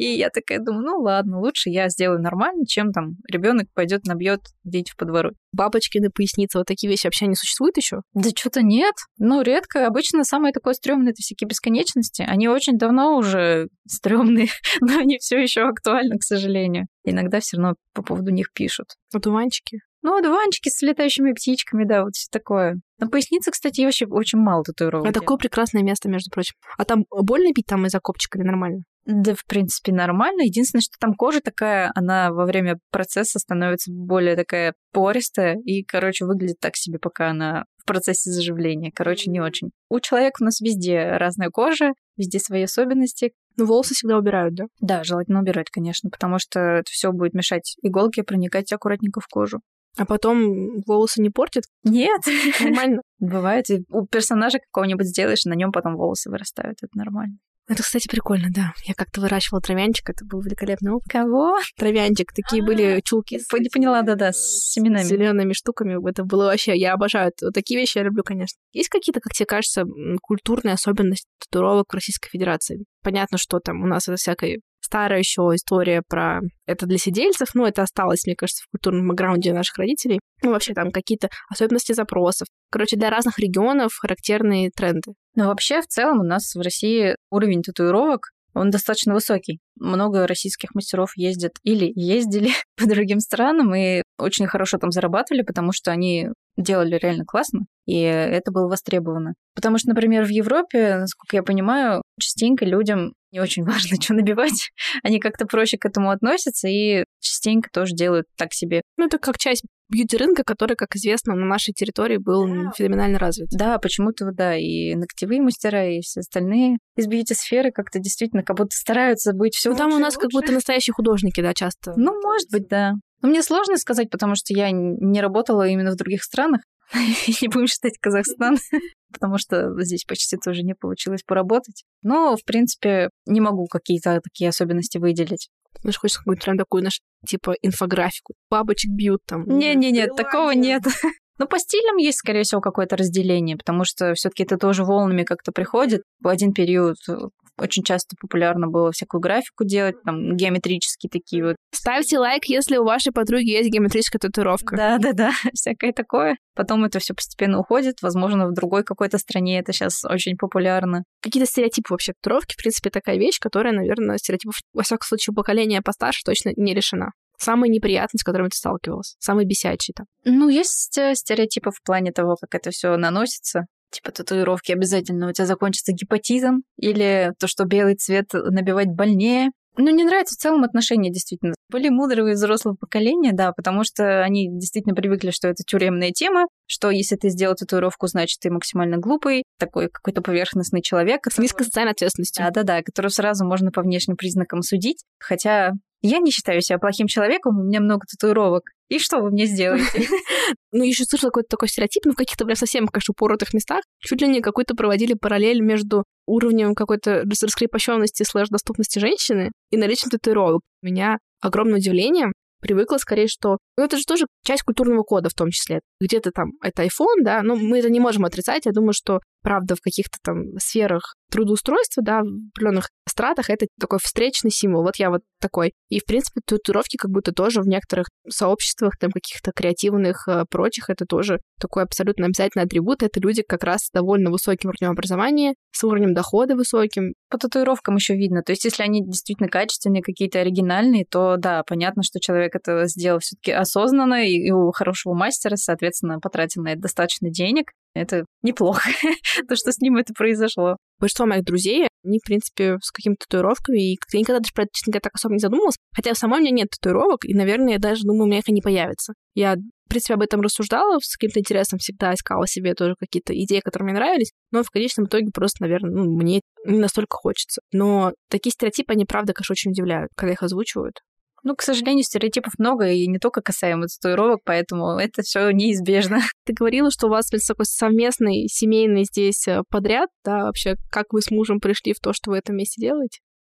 И я такая думаю, ну ладно, лучше я сделаю нормально, чем там ребенок пойдет набьет где-нибудь в подворот. Бабочки на пояснице, вот такие вещи вообще не существуют еще? Да что-то нет. Ну, редко. Обычно самое такое стрёмное — это всякие бесконечности. Они очень давно уже стрёмные, но они все еще актуальны, к сожалению. Иногда все равно по поводу них пишут. Одуванчики? Ну, одуванчики с летающими птичками, да, вот все такое. На пояснице, кстати, вообще очень мало татуировок. А такое прекрасное место, между прочим. А там больно бить там из-за копчика или нормально? Да, в принципе, нормально. Единственное, что там кожа такая, она во время процесса становится более такая пористая и, короче, выглядит так себе, пока она в процессе заживления. Короче, не очень. У человека у нас везде разная кожа, везде свои особенности. Ну, волосы всегда убирают, да? Да, желательно убирать, конечно, потому что это все будет мешать иголке проникать аккуратненько в кожу. А потом волосы не портят? Нет. Нормально. Бывает, и у персонажа какого-нибудь сделаешь, на нем потом волосы вырастают. Это нормально. Это, кстати, прикольно, да. Я как-то выращивала травянчик, это был великолепный опыт. Кого? Травянчик. Такие были чулки. Поняла, да-да, с семенами. С зелеными штуками. Это было вообще... Я обожаю. Вот такие вещи я люблю, конечно. Есть какие-то, как тебе кажется, культурные особенности татуировок в Российской Федерации? Понятно, что там у нас это всякая старая еще история про это для сидельцев, но это осталось, мне кажется, в культурном бэкграунде наших родителей. Ну, вообще там какие-то особенности запросов. Короче, для разных регионов характерные тренды. Но вообще, в целом, у нас в России уровень татуировок, он достаточно высокий. Много российских мастеров ездят или ездили по другим странам и очень хорошо там зарабатывали, потому что они делали реально классно, и это было востребовано. Потому что, например, в Европе, насколько я понимаю, частенько людям не очень важно, что набивать. Они как-то проще к этому относятся и частенько тоже делают так себе. Ну, это как часть бьюти-рынка, который, как известно, на нашей территории был феноменально развит. Да, почему-то, да, и ногтевые мастера, и все остальные из бьюти-сферы как-то действительно как будто стараются быть все. Ну, там у нас как будто настоящие художники, да, часто. Ну, может быть, да. Но мне сложно сказать, потому что я не работала именно в других странах. Не будем считать Казахстан, потому что здесь почти тоже не получилось поработать. Но, в принципе, не могу какие-то такие особенности выделить. Знаешь, хочешь какую-то прям такую, типа, инфографику. Бабочек бьют там. Не-не-не, такого нет. Но по стилям есть, скорее всего, какое-то разделение, потому что все-таки это тоже волнами как-то приходит. В один период очень часто популярно было всякую графику делать, там, геометрические такие вот. Ставьте лайк, если у вашей подруги есть геометрическая татуировка. Да-да-да, всякое такое. Потом это все постепенно уходит. Возможно, в другой какой-то стране это сейчас очень популярно. Какие-то стереотипы вообще татуировки, в принципе, такая вещь, которая, наверное, стереотипов, во всяком случае, поколения постарше точно не решена. Самый неприятный, с которым ты сталкивалась? Самый бесячий там? Ну, есть стереотипы в плане того, как это все наносится. Типа татуировки обязательно у тебя закончится гепатитом, или то, что белый цвет набивать больнее. Ну, не нравится в целом отношение, действительно. Были мудрые взрослого поколения, да, потому что они действительно привыкли, что это тюремная тема, что если ты сделал татуировку, значит, ты максимально глупый, такой какой-то поверхностный человек. С низкой социальной ответственностью. Да-да-да, которого сразу можно по внешним признакам судить. Хотя я не считаю себя плохим человеком, у меня много татуировок. И что вы мне сделаете? Ну, еще слышала какой-то такой стереотип, но в каких-то прям совсем, конечно, упоротых местах чуть ли не какой-то проводили параллель между уровнем какой-то раскрепощенности /доступности женщины и наличием татуировок. У меня огромное удивление. Привыкла скорее, что... Ну, это же тоже часть культурного кода в том числе. Где-то там это iPhone, да, но мы это не можем отрицать. Я думаю, что, правда, в каких-то там сферах трудоустройства, да, в определенных стратах это такой встречный символ. Вот я вот такой. И, в принципе, татуировки как будто тоже в некоторых сообществах, там, каких-то креативных, прочих, это тоже такой абсолютно обязательный атрибут. Это люди как раз с довольно высоким уровнем образования, с уровнем дохода высоким. По татуировкам еще видно. То есть, если они действительно качественные, какие-то оригинальные, то да, понятно, что человек это сделал все-таки осознанно, и у хорошего мастера, соответственно, потратил на это достаточно денег. Это неплохо, то, что с ним это произошло. Большинство моих друзей, они, в принципе, с какими-то татуировками, и я никогда даже про это, честно говоря, так особо не задумывалась. Хотя самой у меня нет татуировок, и, наверное, я даже думаю, у меня их и не появится. Я, в принципе, об этом рассуждала, с каким-то интересом всегда искала себе тоже какие-то идеи, которые мне нравились, но в конечном итоге просто, наверное, мне не настолько хочется. Но такие стереотипы, они, правда, конечно, очень удивляют, когда их озвучивают. Ну, к сожалению, стереотипов много, и не только касаемо татуировок, поэтому это все неизбежно. Ты говорила, что у вас такой совместный семейный здесь подряд, да, вообще, как вы с мужем пришли в то, что вы это вместе делаете?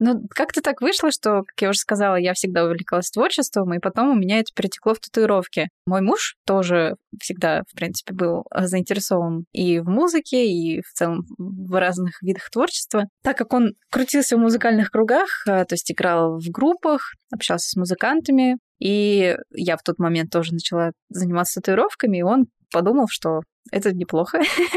Ну, как-то так вышло, что, как я уже сказала, я всегда увлекалась творчеством, и потом у меня это перетекло в татуировки. Мой муж тоже всегда, в принципе, был заинтересован и в музыке, и в целом в разных видах творчества. Так как он крутился в музыкальных кругах, то есть играл в группах, общался с музыкантами, и я в тот момент тоже начала заниматься татуировками, и он подумал, что это неплохо,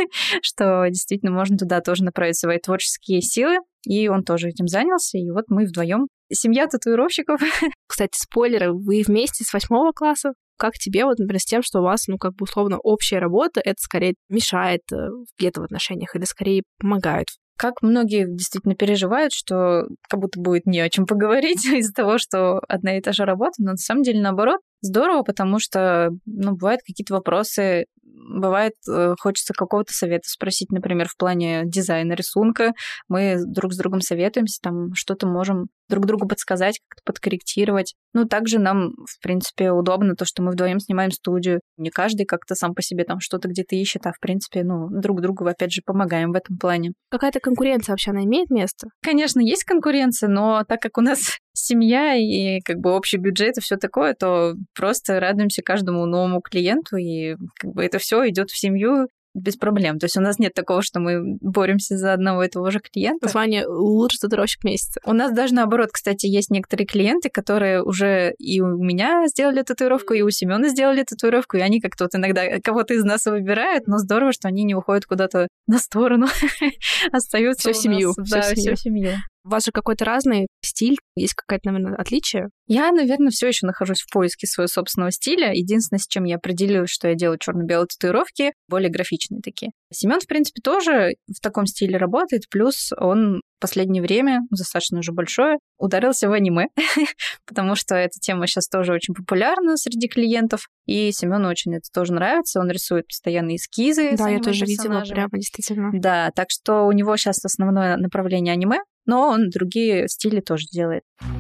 что действительно можно туда тоже направить свои творческие силы, и он тоже этим занялся, и вот мы вдвоем семья татуировщиков. Кстати, спойлеры, вы вместе с 8 класса? Как тебе, вот, например, с тем, что у вас, ну, как бы, условно, общая работа, это скорее мешает где-то в отношениях или скорее помогает? Как многие действительно переживают, что как будто будет не о чем поговорить из-за того, что одна и та же работа, но на самом деле наоборот. Здорово, потому что, бывают какие-то вопросы, бывает, хочется какого-то совета спросить, например, в плане дизайна рисунка. Мы друг с другом советуемся, там что-то можем друг другу подсказать, как-то подкорректировать. Также нам, в принципе, удобно то, что мы вдвоем снимаем студию. Не каждый как-то сам по себе там что-то где-то ищет, а, в принципе, друг другу, опять же, помогаем в этом плане. Какая-то конкуренция вообще, она имеет место? Конечно, есть конкуренция, но так как у нас семья и как бы общий бюджет и все такое, то просто радуемся каждому новому клиенту, и как бы это все идет в семью без проблем. То есть у нас нет такого, что мы боремся за одного и того же клиента. Звание лучший татуировщик месяца. У нас даже наоборот, кстати, есть некоторые клиенты, которые уже и у меня сделали татуировку, и у Семёна сделали татуировку, и они как-то вот иногда кого-то из нас выбирают, но здорово, что они не уходят куда-то на сторону, остаются всю семью. Да, всю семью. У вас же какой-то разный стиль, есть какое-то, наверное, отличие? Я, наверное, все еще нахожусь в поиске своего собственного стиля. Единственное, с чем я определилась, что я делаю черно-белые татуировки, более графичные такие. Семён, в принципе, тоже в таком стиле работает, плюс он в последнее время, достаточно уже большое, ударился в аниме, потому что эта тема сейчас тоже очень популярна среди клиентов, и Семёну очень это тоже нравится, он рисует постоянные эскизы. Да, я тоже видела, прямо действительно. Да, так что у него сейчас основное направление аниме, но он другие стили тоже делает.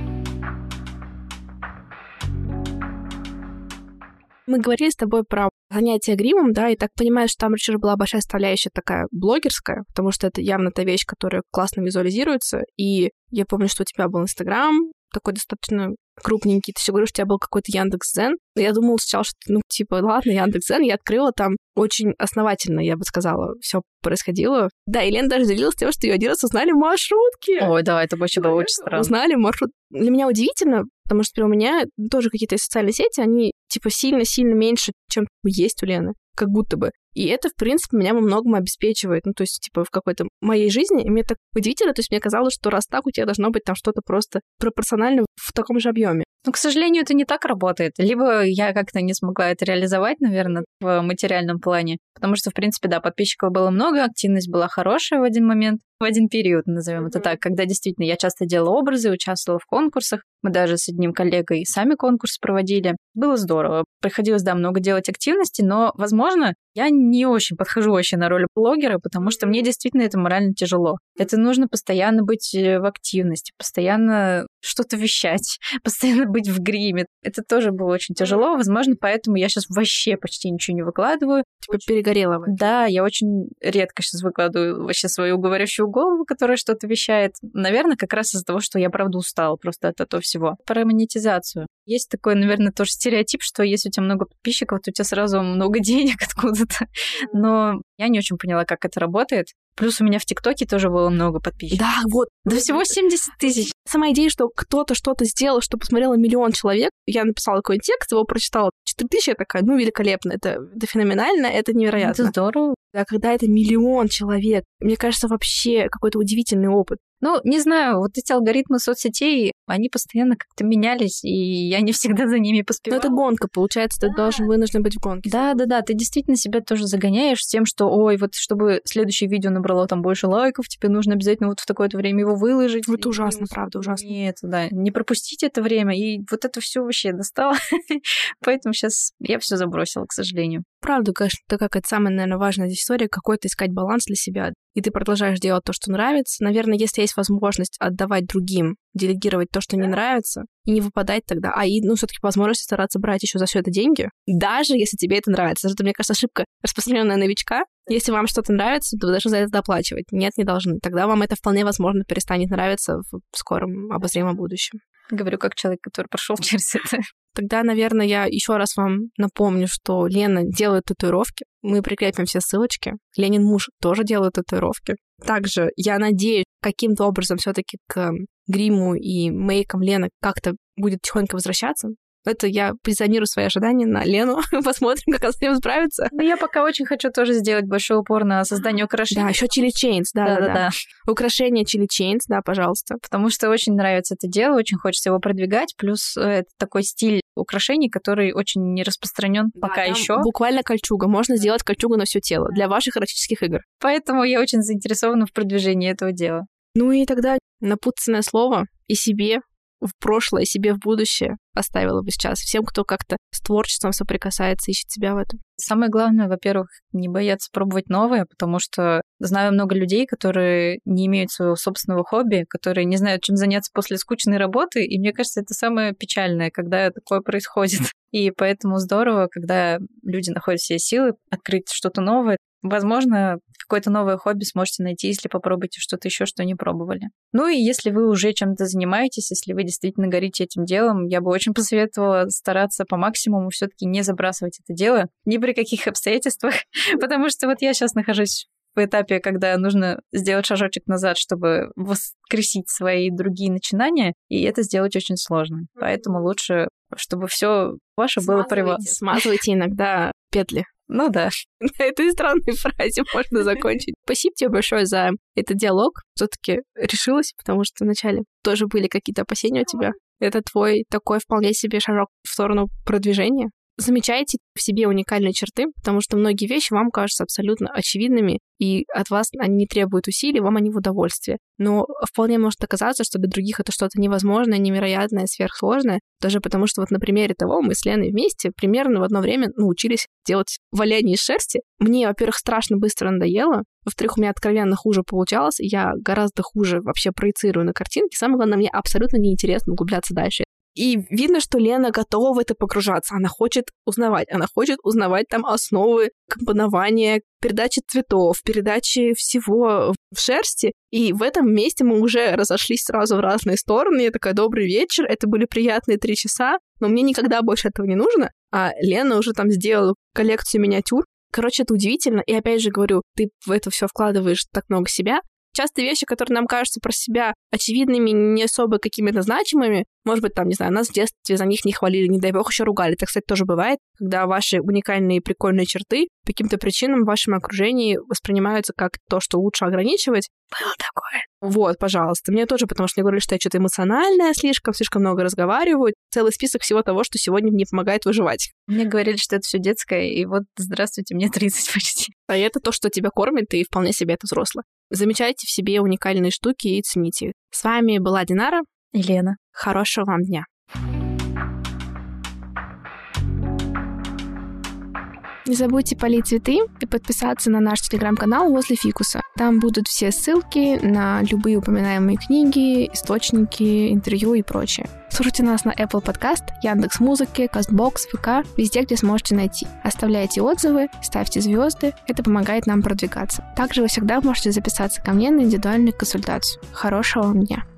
Мы говорили с тобой про занятия гримом, да, и так понимаю, что там еще была большая составляющая такая блогерская, потому что это явно та вещь, которая классно визуализируется, и я помню, что у тебя был Инстаграм, такой достаточно крупненький, ты все говоришь, что у тебя был какой-то Яндекс.Дзен. Я думала сначала, что ладно, Яндекс.Дзен, я открыла там очень основательно, я бы сказала, все происходило. Да, и Лена даже делилась тем, что ее один раз узнали маршрутки. Ой, да, это вообще было очень странно. Узнали маршрут. Для меня удивительно, потому что у меня тоже какие-то социальные сети, они сильно-сильно меньше, чем есть у Лены, как будто бы. И это, в принципе, меня во многом обеспечивает. То есть, в какой-то моей жизни. И мне так удивительно, то есть мне казалось, что раз так, у тебя должно быть там что-то просто пропорционально в таком же объеме. К сожалению, это не так работает. Либо я как-то не смогла это реализовать, наверное, в материальном плане. Потому что, в принципе, да, подписчиков было много, активность была хорошая в один момент, в один период, назовем это так, когда действительно я часто делала образы, участвовала в конкурсах. Мы даже с одним коллегой сами конкурс проводили. Было здорово. Приходилось, да, много делать активности, но, возможно, я не очень подхожу вообще на роль блогера, потому что мне действительно это морально тяжело. Это нужно постоянно быть в активности, постоянно что-то вещать, постоянно быть в гриме. Это тоже было очень тяжело. Возможно, поэтому я сейчас вообще почти ничего не выкладываю. Перегорела вы. Да, я очень редко сейчас выкладываю вообще свою говорящую голову, которая что-то вещает. Наверное, как раз из-за того, что я, правда, устала просто от этого всего. Про монетизацию. Есть такой, наверное, тоже стереотип, что если у тебя много подписчиков, то у тебя сразу много денег откуда-то. Но я не очень поняла, как это работает. Плюс у меня в ТикТоке тоже было много подписчиков. Да, вот. Да всего 70 тысяч. Сама идея, что кто-то что-то сделал, что посмотрело 1 миллион человек. Я написала какой-нибудь текст, его прочитала 4 тысячи, я такая, великолепно. Это феноменально, это невероятно. Это здорово. А когда это 1 миллион человек, мне кажется, вообще какой-то удивительный опыт. Не знаю, вот эти алгоритмы соцсетей, они постоянно как-то менялись, и я не всегда за ними поспевала. Но это гонка, получается, ты вынужден быть в гонке. Да, ты действительно себя тоже загоняешь с тем, что, вот чтобы следующее видео набрало там больше лайков, тебе нужно обязательно вот в такое-то время его выложить. Это ужасно, правда, ужасно. Нет, да, не пропустить это время, и вот это все вообще достало. Поэтому сейчас я все забросила, к сожалению. Правда, конечно, это какая-то самая, наверное, важная здесь история, какой-то искать баланс для себя. И ты продолжаешь делать то, что нравится. Наверное, если есть возможность отдавать другим, делегировать то, что не нравится, и не выпадать тогда. Все-таки возможность стараться брать еще за все это деньги, даже если тебе это нравится. Это, мне кажется, ошибка распространенная новичка. Если вам что-то нравится, то вы должны за это доплачивать. Нет, не должны. Тогда вам это вполне возможно перестанет нравиться в скором обозримом будущем. Говорю как человек, который прошел через это. Тогда, наверное, я еще раз вам напомню, что Лена делает татуировки. Мы прикрепим все ссылочки. Ленин муж тоже делает татуировки. Также я надеюсь, каким-то образом все-таки к гриму и мейкам Лена как-то будет тихонько возвращаться. Это я позиционирую свои ожидания на Лену. Посмотрим, как она с ним справится. Но я пока очень хочу тоже сделать большой упор на создание украшений. Да, еще Chili Chains, да. Украшение Chili Chains, да, пожалуйста. Потому что очень нравится это дело, очень хочется его продвигать. Плюс это такой стиль украшений, который очень не распространен пока еще. Буквально кольчуга. Можно сделать кольчугу на все тело для ваших эротических игр. Поэтому я очень заинтересована в продвижении этого дела. Ну и тогда напутственное слово и себе в прошлое, и себе в будущее оставила бы сейчас. Всем, кто как-то с творчеством соприкасается, ищет себя в этом. Самое главное, во-первых, не бояться пробовать новое, потому что знаю много людей, которые не имеют своего собственного хобби, которые не знают, чем заняться после скучной работы, и мне кажется, это самое печальное, когда такое происходит. И поэтому здорово, когда люди находят все силы открыть что-то новое. Возможно, какое-то новое хобби сможете найти, если попробуете что-то еще, что не пробовали. Ну и если вы уже чем-то занимаетесь, если вы действительно горите этим делом, я бы очень посоветовала стараться по максимуму все-таки не забрасывать это дело ни при каких обстоятельствах, потому что вот я сейчас нахожусь в этапе, когда нужно сделать шажочек назад, чтобы воскресить свои другие начинания, и это сделать очень сложно. Поэтому лучше, чтобы все ваше было при вас. Смазывайте иногда петли. Ну да. На этой странной фразе можно закончить. Спасибо тебе большое за этот диалог. Все-таки решилась, потому что вначале тоже были какие-то опасения у тебя. Это твой такой вполне себе шажок в сторону продвижения. Замечайте в себе уникальные черты, потому что многие вещи вам кажутся абсолютно очевидными, и от вас они не требуют усилий, вам они в удовольствие. Но вполне может оказаться, что для других это что-то невозможное, невероятное, сверхсложное, даже потому что вот на примере того мы с Леной вместе примерно в одно время научились делать валяние из шерсти. Мне, во-первых, страшно быстро надоело, во-вторых, у меня откровенно хуже получалось, я гораздо хуже вообще проецирую на картинки. Самое главное, мне абсолютно неинтересно углубляться дальше. И видно, что Лена готова в это погружаться. Она хочет узнавать там основы компонования, передачи цветов, передачи всего в шерсти. И в этом месте мы уже разошлись сразу в разные стороны. Я такая: добрый вечер, это были приятные 3 часа, но мне никогда больше этого не нужно. А Лена уже там сделала коллекцию миниатюр. Короче, это удивительно. И опять же говорю, ты в это все вкладываешь так много себя. Часто вещи, которые нам кажутся про себя очевидными, не особо какими-то значимыми, может быть, там, не знаю, нас в детстве за них не хвалили, не дай бог, еще ругали. Так, кстати, тоже бывает, когда ваши уникальные прикольные черты по каким-то причинам в вашем окружении воспринимаются как то, что лучше ограничивать. Было такое. Вот, пожалуйста. Мне тоже, потому что мне говорили, что я что-то эмоциональная слишком много разговариваю. Целый список всего того, что сегодня мне помогает выживать. Мне говорили, что это все детское, и вот, здравствуйте, мне 30 почти. А это то, что тебя кормит, и вполне себе это взросло. Замечайте в себе уникальные штуки и цените их. С вами была Динара и Лена. Хорошего вам дня. Не забудьте полить цветы и подписаться на наш телеграм-канал «Возле фикуса». Там будут все ссылки на любые упоминаемые книги, источники, интервью и прочее. Слушайте нас на Apple Podcast, Яндекс.Музыке, Castbox, ВК, везде, где сможете найти. Оставляйте отзывы, ставьте звезды, это помогает нам продвигаться. Также вы всегда можете записаться ко мне на индивидуальную консультацию. Хорошего вам дня!